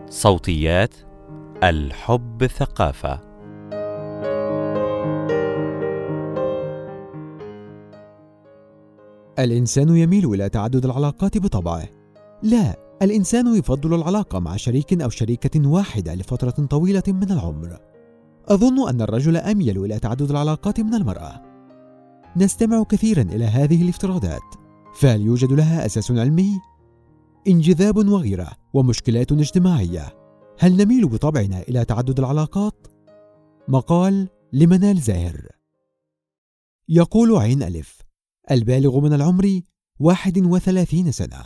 صوتيات الحب ثقافة. الإنسان يميل إلى تعدد العلاقات بطبعه. لا، الإنسان يفضل العلاقة مع شريك أو شريكة واحدة لفترة طويلة من العمر. أظن أن الرجل أميل إلى تعدد العلاقات من المرأة. نستمع كثيرا إلى هذه الافتراضات، فهل يوجد لها أساس علمي؟ انجذاب وغيرة ومشكلات اجتماعية. هل نميل بطبعنا إلى تعدد العلاقات؟ مقال لمنال زاهر. يقول عين ألف: البالغ من العمر 31 سنة.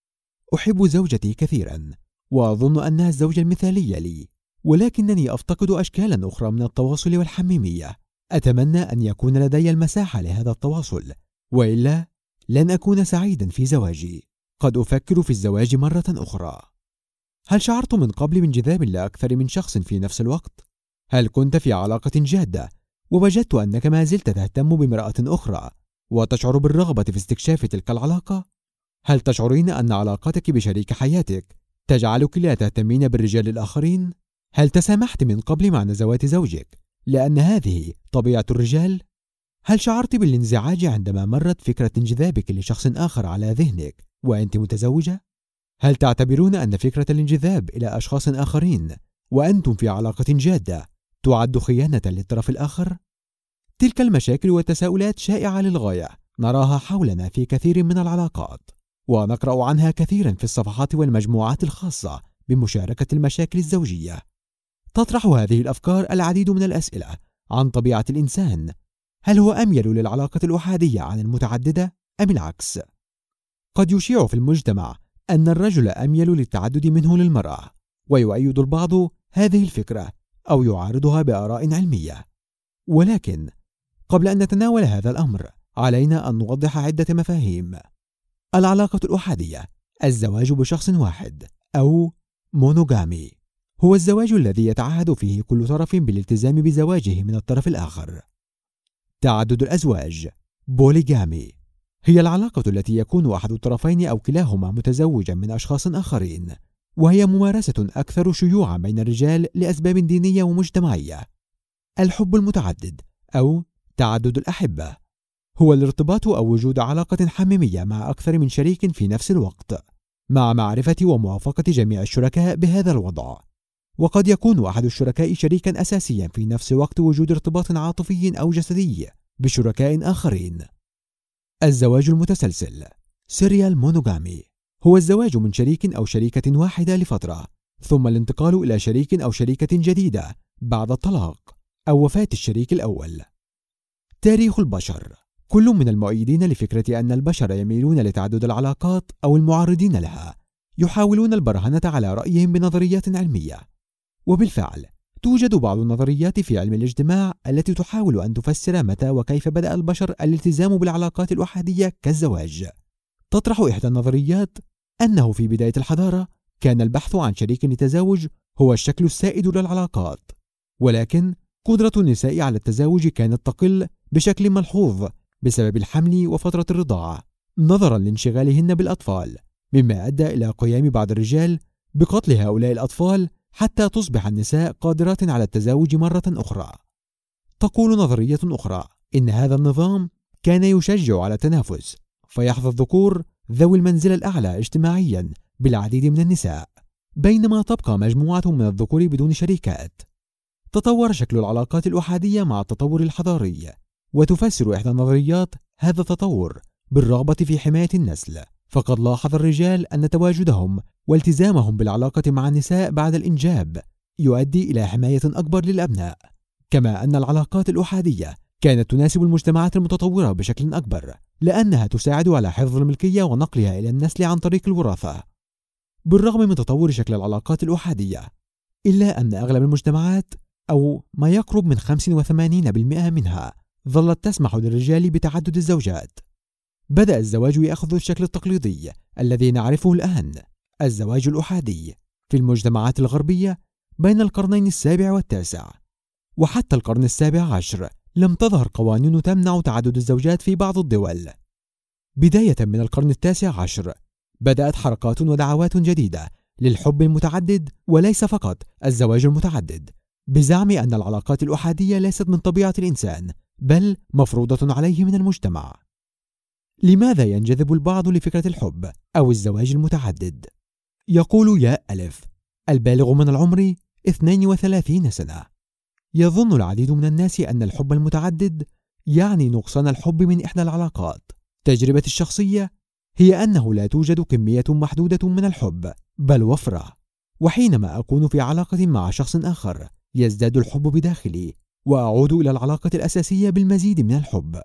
أحب زوجتي كثيرا وأظن أنها الزوجة المثالية لي، ولكنني أفتقد أشكالا أخرى من التواصل والحميمية. أتمنى أن يكون لدي المساحة لهذا التواصل، وإلا لن أكون سعيدا في زواجي. قد أفكر في الزواج مرة أخرى. هل شعرت من قبل بانجذاب لأكثر من شخص في نفس الوقت؟ هل كنت في علاقة جادة ووجدت أنك ما زلت تهتم بامرأة أخرى وتشعر بالرغبة في استكشاف تلك العلاقة؟ هل تشعرين أن علاقتك بشريك حياتك تجعلك لا تهتمين بالرجال الآخرين؟ هل تسامحت من قبل مع نزوات زوجك لأن هذه طبيعة الرجال؟ هل شعرت بالانزعاج عندما مرت فكرة انجذابك لشخص آخر على ذهنك وأنت متزوجة؟ هل تعتبرون أن فكرة الانجذاب إلى أشخاص آخرين وأنتم في علاقة جادة تعد خيانة للطرف الآخر؟ تلك المشاكل والتساؤلات شائعة للغاية، نراها حولنا في كثير من العلاقات، ونقرأ عنها كثيرا في الصفحات والمجموعات الخاصة بمشاركة المشاكل الزوجية. تطرح هذه الأفكار العديد من الأسئلة عن طبيعة الإنسان. هل هو أميل للعلاقة الأحادية عن المتعددة أم العكس؟ قد يشيع في المجتمع أن الرجل أميل للتعدد منه للمرأة، ويؤيد البعض هذه الفكرة أو يعارضها بآراء علمية. ولكن قبل أن نتناول هذا الأمر، علينا أن نوضح عدة مفاهيم. العلاقة الأحادية: الزواج بشخص واحد أو مونوغامي، هو الزواج الذي يتعهد فيه كل طرف بالالتزام بزواجه من الطرف الآخر. تعدد الأزواج: بوليغامي، هي العلاقة التي يكون أحد الطرفين أو كلاهما متزوجا من أشخاص آخرين، وهي ممارسة أكثر شيوعا بين الرجال لأسباب دينية ومجتمعية. الحب المتعدد أو تعدد الأحبة، هو الارتباط أو وجود علاقة حميمية مع أكثر من شريك في نفس الوقت، مع معرفة وموافقة جميع الشركاء بهذا الوضع. وقد يكون أحد الشركاء شريكا أساسيا في نفس وقت وجود ارتباط عاطفي أو جسدي بشركاء آخرين. الزواج المتسلسل سيريال مونوغامي، هو الزواج من شريك أو شريكة واحدة لفترة، ثم الانتقال إلى شريك أو شريكة جديدة بعد الطلاق أو وفاة الشريك الأول. تاريخ البشر، كل من المؤيدين لفكرة أن البشر يميلون لتعدد العلاقات أو المعارضين لها يحاولون البرهنة على رأيهم بنظريات علمية. وبالفعل توجد بعض النظريات في علم الاجتماع التي تحاول أن تفسر متى وكيف بدأ البشر الالتزام بالعلاقات الأحادية كالزواج. تطرح إحدى النظريات أنه في بداية الحضارة كان البحث عن شريك للتزاوج هو الشكل السائد للعلاقات، ولكن قدرة النساء على التزاوج كانت تقل بشكل ملحوظ بسبب الحمل وفترة الرضاعة نظرا لانشغالهن بالأطفال، مما أدى إلى قيام بعض الرجال بقتل هؤلاء الأطفال حتى تصبح النساء قادرات على التزاوج مرة أخرى. تقول نظرية أخرى إن هذا النظام كان يشجع على التنافس، فيحظى الذكور ذوي المنزلة الأعلى اجتماعيا بالعديد من النساء، بينما تبقى مجموعة من الذكور بدون شريكات. تطور شكل العلاقات الأحادية مع التطور الحضاري، وتفسر إحدى النظريات هذا التطور بالرغبة في حماية النسل، فقد لاحظ الرجال أن تواجدهم والتزامهم بالعلاقة مع النساء بعد الإنجاب يؤدي إلى حماية أكبر للأبناء، كما أن العلاقات الأحادية كانت تناسب المجتمعات المتطورة بشكل أكبر لأنها تساعد على حفظ الملكية ونقلها إلى النسل عن طريق الوراثة. بالرغم من تطور شكل العلاقات الأحادية، إلا أن أغلب المجتمعات أو ما يقرب من 85% منها ظلت تسمح للرجال بتعدد الزوجات. بدأ الزواج يأخذ الشكل التقليدي الذي نعرفه الآن، الزواج الأحادي، في المجتمعات الغربية بين القرنين السابع والتاسع، وحتى القرن السابع عشر لم تظهر قوانين تمنع تعدد الزوجات في بعض الدول. بداية من القرن التاسع عشر بدأت حركات ودعوات جديدة للحب المتعدد وليس فقط الزواج المتعدد، بزعم أن العلاقات الأحادية ليست من طبيعة الإنسان بل مفروضة عليه من المجتمع. لماذا ينجذب البعض لفكرة الحب أو الزواج المتعدد؟ يقول ياء ألف: البالغ من العمر 32 سنة. يظن العديد من الناس أن الحب المتعدد يعني نقصان الحب من إحدى العلاقات. تجربتي الشخصية هي أنه لا توجد كمية محدودة من الحب بل وفرة، وحينما أكون في علاقة مع شخص آخر يزداد الحب بداخلي وأعود إلى العلاقة الأساسية بالمزيد من الحب.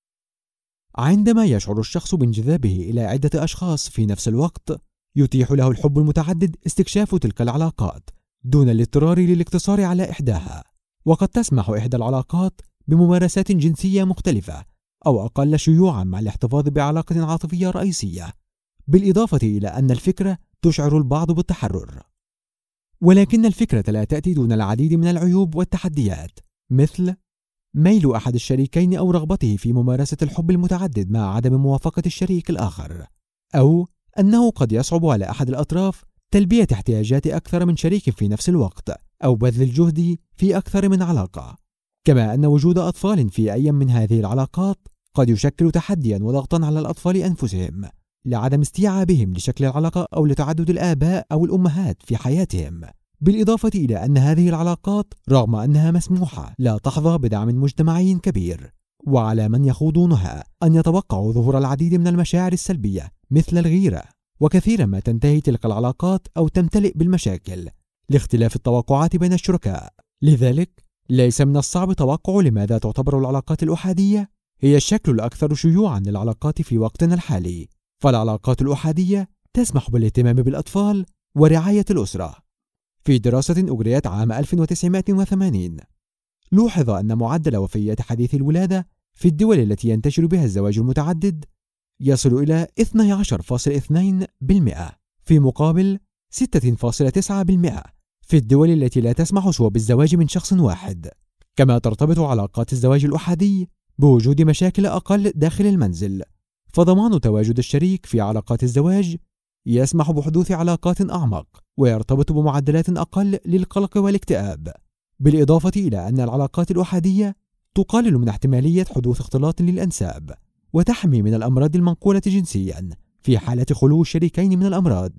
عندما يشعر الشخص بانجذابه إلى عدة أشخاص في نفس الوقت يتيح له الحب المتعدد استكشاف تلك العلاقات دون الاضطرار للاقتصار على إحداها، وقد تسمح إحدى العلاقات بممارسات جنسية مختلفة أو أقل شيوعا مع الاحتفاظ بعلاقة عاطفية رئيسية، بالإضافة إلى أن الفكرة تشعر البعض بالتحرر. ولكن الفكرة لا تأتي دون العديد من العيوب والتحديات، مثل ميل أحد الشريكين أو رغبته في ممارسة الحب المتعدد مع عدم موافقة الشريك الآخر، أو أنه قد يصعب على أحد الأطراف تلبية احتياجات أكثر من شريك في نفس الوقت أو بذل الجهد في أكثر من علاقة، كما أن وجود أطفال في أي من هذه العلاقات قد يشكل تحديا وضغطا على الأطفال أنفسهم لعدم استيعابهم لشكل العلاقة أو لتعدد الآباء أو الأمهات في حياتهم، بالإضافة إلى أن هذه العلاقات رغم أنها مسموحة لا تحظى بدعم مجتمعي كبير، وعلى من يخوضونها أن يتوقعوا ظهور العديد من المشاعر السلبية مثل الغيرة، وكثيرا ما تنتهي تلك العلاقات أو تمتلئ بالمشاكل لاختلاف التوقعات بين الشركاء. لذلك ليس من الصعب توقع لماذا تعتبر العلاقات الأحادية هي الشكل الأكثر شيوعا للعلاقات في وقتنا الحالي، فالعلاقات الأحادية تسمح بالاهتمام بالأطفال ورعاية الأسرة. في دراسة أجريت عام 1980 لوحظ أن معدل وفيات حديث الولادة في الدول التي ينتشر بها الزواج المتعدد يصل إلى 12.2% في مقابل 6.9% في الدول التي لا تسمح سوى بالزواج من شخص واحد. كما ترتبط علاقات الزواج الأحادي بوجود مشاكل أقل داخل المنزل، فضمان تواجد الشريك في علاقات الزواج يسمح بحدوث علاقات أعمق ويرتبط بمعدلات أقل للقلق والاكتئاب، بالإضافة إلى أن العلاقات الأحادية تقلل من احتمالية حدوث اختلاط للأنساب وتحمي من الأمراض المنقولة جنسيا في حالة خلو الشريكين من الأمراض.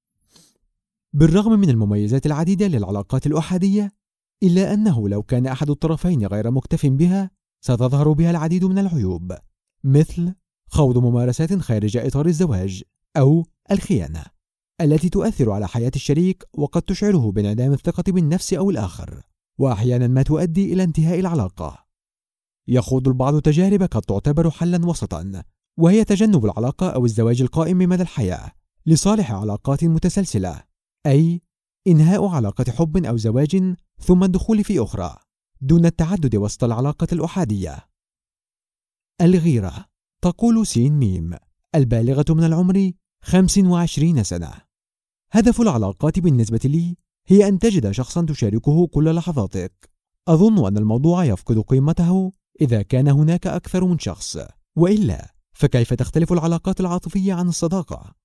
بالرغم من المميزات العديدة للعلاقات الأحادية، إلا أنه لو كان أحد الطرفين غير مكتف بها ستظهر بها العديد من العيوب، مثل خوض ممارسات خارج إطار الزواج أو الخيانة التي تؤثر على حياة الشريك وقد تشعره بانعدام الثقة بالنفس أو الآخر، وأحيانا ما تؤدي إلى انتهاء العلاقة. يخوض البعض تجارب قد تعتبر حلا وسطا، وهي تجنب العلاقة أو الزواج القائم مدى الحياة لصالح علاقات متسلسلة، أي إنهاء علاقة حب أو زواج ثم الدخول في أخرى دون التعدد وسط العلاقة الأحادية. الغيرة. تقول سين ميم البالغة من العمر 25 سنة: هدف العلاقات بالنسبة لي هي أن تجد شخصا تشاركه كل لحظاتك. أظن أن الموضوع يفقد قيمته إذا كان هناك أكثر من شخص، وإلا فكيف تختلف العلاقات العاطفية عن الصداقة؟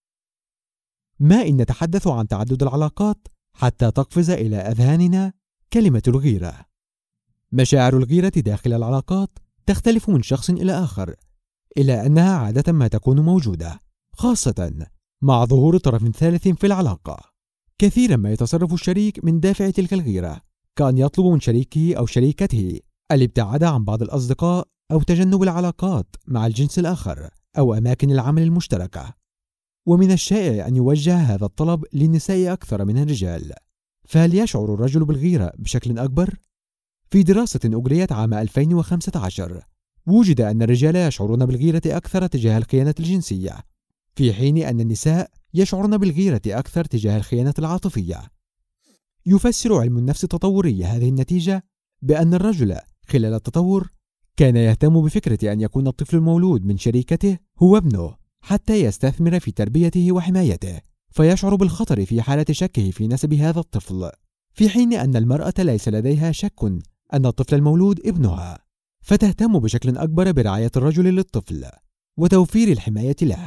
ما إن نتحدث عن تعدد العلاقات حتى تقفز إلى أذهاننا كلمة الغيرة. مشاعر الغيرة داخل العلاقات تختلف من شخص إلى آخر، إلا أنها عادة ما تكون موجودة، خاصة مع ظهور طرف ثالث في العلاقة. كثيرا ما يتصرف الشريك من دافع تلك الغيرة، كأن يطلب من شريكه أو شريكته الابتعاد عن بعض الأصدقاء أو تجنب العلاقات مع الجنس الآخر أو أماكن العمل المشتركة. ومن الشائع أن يوجه هذا الطلب للنساء أكثر من الرجال، فهل يشعر الرجل بالغيرة بشكل أكبر؟ في دراسة أجريت عام 2015 وجد أن الرجال يشعرون بالغيرة أكثر تجاه الخيانة الجنسية، في حين أن النساء يشعرن بالغيرة أكثر تجاه الخيانة العاطفية. يفسر علم النفس التطوري هذه النتيجة بأن الرجل خلال التطور كان يهتم بفكرة أن يكون الطفل المولود من شريكته هو ابنه حتى يستثمر في تربيته وحمايته، فيشعر بالخطر في حالة شكه في نسب هذا الطفل، في حين أن المرأة ليس لديها شك أن الطفل المولود ابنها، فتهتم بشكل أكبر برعاية الرجل للطفل وتوفير الحماية له.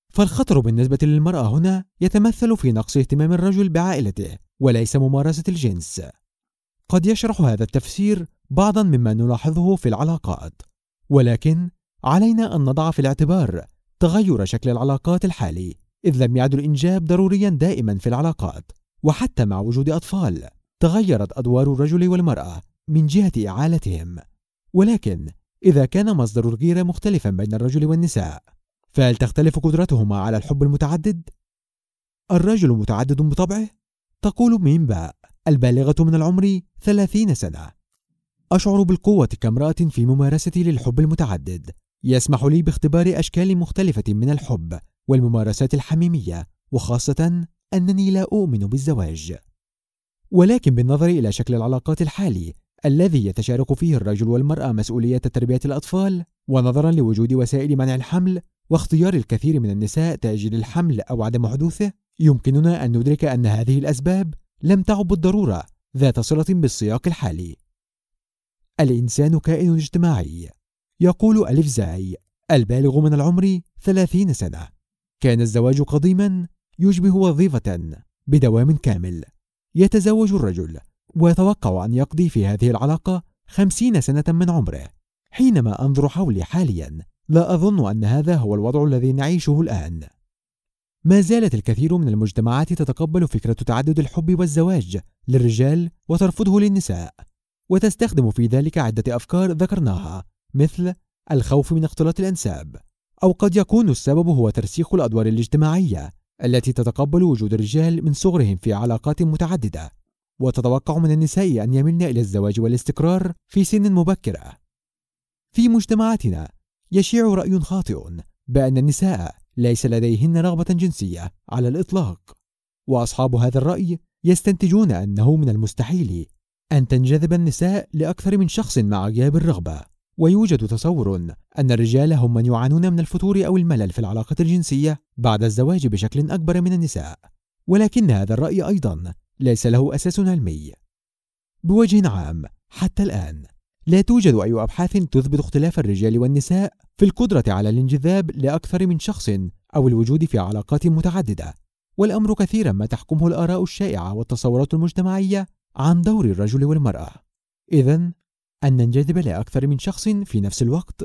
فالخطر بالنسبة للمرأة هنا يتمثل في نقص اهتمام الرجل بعائلته وليس ممارسة الجنس. قد يشرح هذا التفسير بعضا مما نلاحظه في العلاقات، ولكن علينا أن نضع في الاعتبار تغير شكل العلاقات الحالي، إذ لم يعد الإنجاب ضروريا دائما في العلاقات، وحتى مع وجود أطفال تغيرت أدوار الرجل والمرأة من جهة إعالتهم. ولكن إذا كان مصدر الغيرة مختلفا بين الرجل والنساء، فهل تختلف قدرتهما على الحب المتعدد؟ الرجل متعدد بطبعه؟ تقول مينباء البالغة من العمر 30 سنة: أشعر بالقوة كامرأة في ممارستي للحب المتعدد، يسمح لي باختبار أشكال مختلفة من الحب والممارسات الحميمية، وخاصة أنني لا أؤمن بالزواج. ولكن بالنظر إلى شكل العلاقات الحالي الذي يتشارك فيه الرجل والمرأة مسؤولية تربية الأطفال، ونظرا لوجود وسائل منع الحمل واختيار الكثير من النساء تأجيل الحمل أو عدم حدوثه، يمكننا أن ندرك أن هذه الأسباب لم تعد بالضرورة ذات صلة بالسياق الحالي. الإنسان كائن اجتماعي. يقول أليف زاي البالغ من العمر 30 سنة: كان الزواج قديما يشبه وظيفة بدوام كامل. يتزوج الرجل ويتوقع أن يقضي في هذه العلاقة 50 سنة من عمره. حينما أنظر حولي حاليا لا أظن أن هذا هو الوضع الذي نعيشه الآن. ما زالت الكثير من المجتمعات تتقبل فكرة تعدد الحب والزواج للرجال وترفضه للنساء، وتستخدم في ذلك عدة أفكار ذكرناها، مثل الخوف من اختلاط الأنساب، أو قد يكون السبب هو ترسيخ الأدوار الاجتماعية التي تتقبل وجود الرجال من صغرهم في علاقات متعددة، وتتوقع من النساء أن يملن إلى الزواج والاستقرار في سن مبكرة. في مجتمعاتنا يشيع رأي خاطئ بأن النساء ليس لديهن رغبة جنسية على الإطلاق، وأصحاب هذا الرأي يستنتجون أنه من المستحيل أن تنجذب النساء لأكثر من شخص مع غياب الرغبة، ويوجد تصور أن الرجال هم من يعانون من الفتور أو الملل في العلاقة الجنسية بعد الزواج بشكل أكبر من النساء، ولكن هذا الرأي أيضا ليس له أساس علمي. بوجه عام حتى الآن لا توجد أي أبحاث تثبت اختلاف الرجال والنساء في القدرة على الانجذاب لأكثر من شخص أو الوجود في علاقات متعددة، والأمر كثيرا ما تحكمه الآراء الشائعة والتصورات المجتمعية عن دور الرجل والمرأة. إذن أن ننجذب لأكثر من شخص في نفس الوقت؟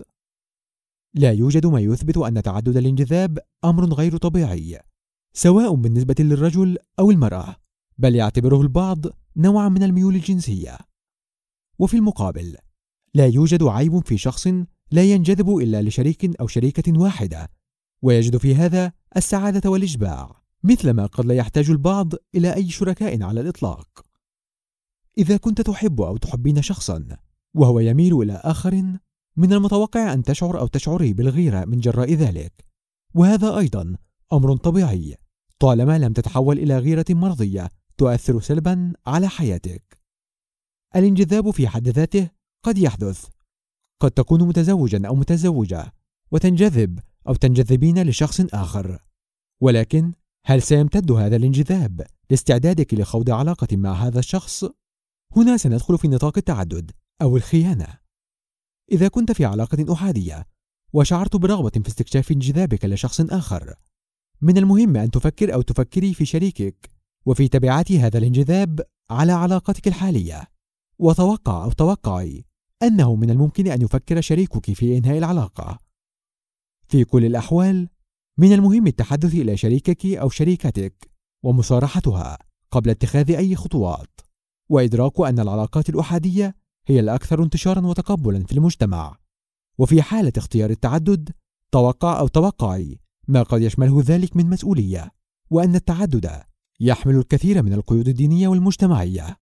لا يوجد ما يثبت أن تعدد الانجذاب أمر غير طبيعي، سواء بالنسبة للرجل أو المرأة، بل يعتبره البعض نوعا من الميول الجنسية. وفي المقابل لا يوجد عيب في شخص لا ينجذب إلا لشريك أو شريكة واحدة ويجد في هذا السعادة والإشباع، مثلما قد لا يحتاج البعض إلى أي شركاء على الإطلاق. إذا كنت تحب أو تحبين شخصا وهو يميل إلى آخر، من المتوقع أن تشعر أو تشعري بالغيرة من جراء ذلك، وهذا أيضا أمر طبيعي طالما لم تتحول إلى غيرة مرضية تؤثر سلبا على حياتك. الانجذاب في حد ذاته قد يحدث، قد تكون متزوجا أو متزوجة وتنجذب أو تنجذبين لشخص آخر، ولكن هل سيمتد هذا الانجذاب لاستعدادك لخوض علاقة مع هذا الشخص؟ هنا سندخل في نطاق التعدد أو الخيانة. إذا كنت في علاقة أحادية وشعرت برغبة في استكشاف انجذابك لشخص آخر، من المهم أن تفكر أو تفكري في شريكك وفي تبعات هذا الانجذاب على علاقتك الحالية، وتوقع أو توقعي أنه من الممكن أن يفكر شريكك في إنهاء العلاقة. في كل الأحوال من المهم التحدث إلى شريكك أو شريكتك ومصارحتها قبل اتخاذ أي خطوات، وإدراك أن العلاقات الأحادية هي الأكثر انتشارا وتقبلا في المجتمع. وفي حالة اختيار التعدد توقع أو توقعي ما قد يشمله ذلك من مسؤولية، وأن التعدد يحمل الكثير من القيود الدينية والمجتمعية.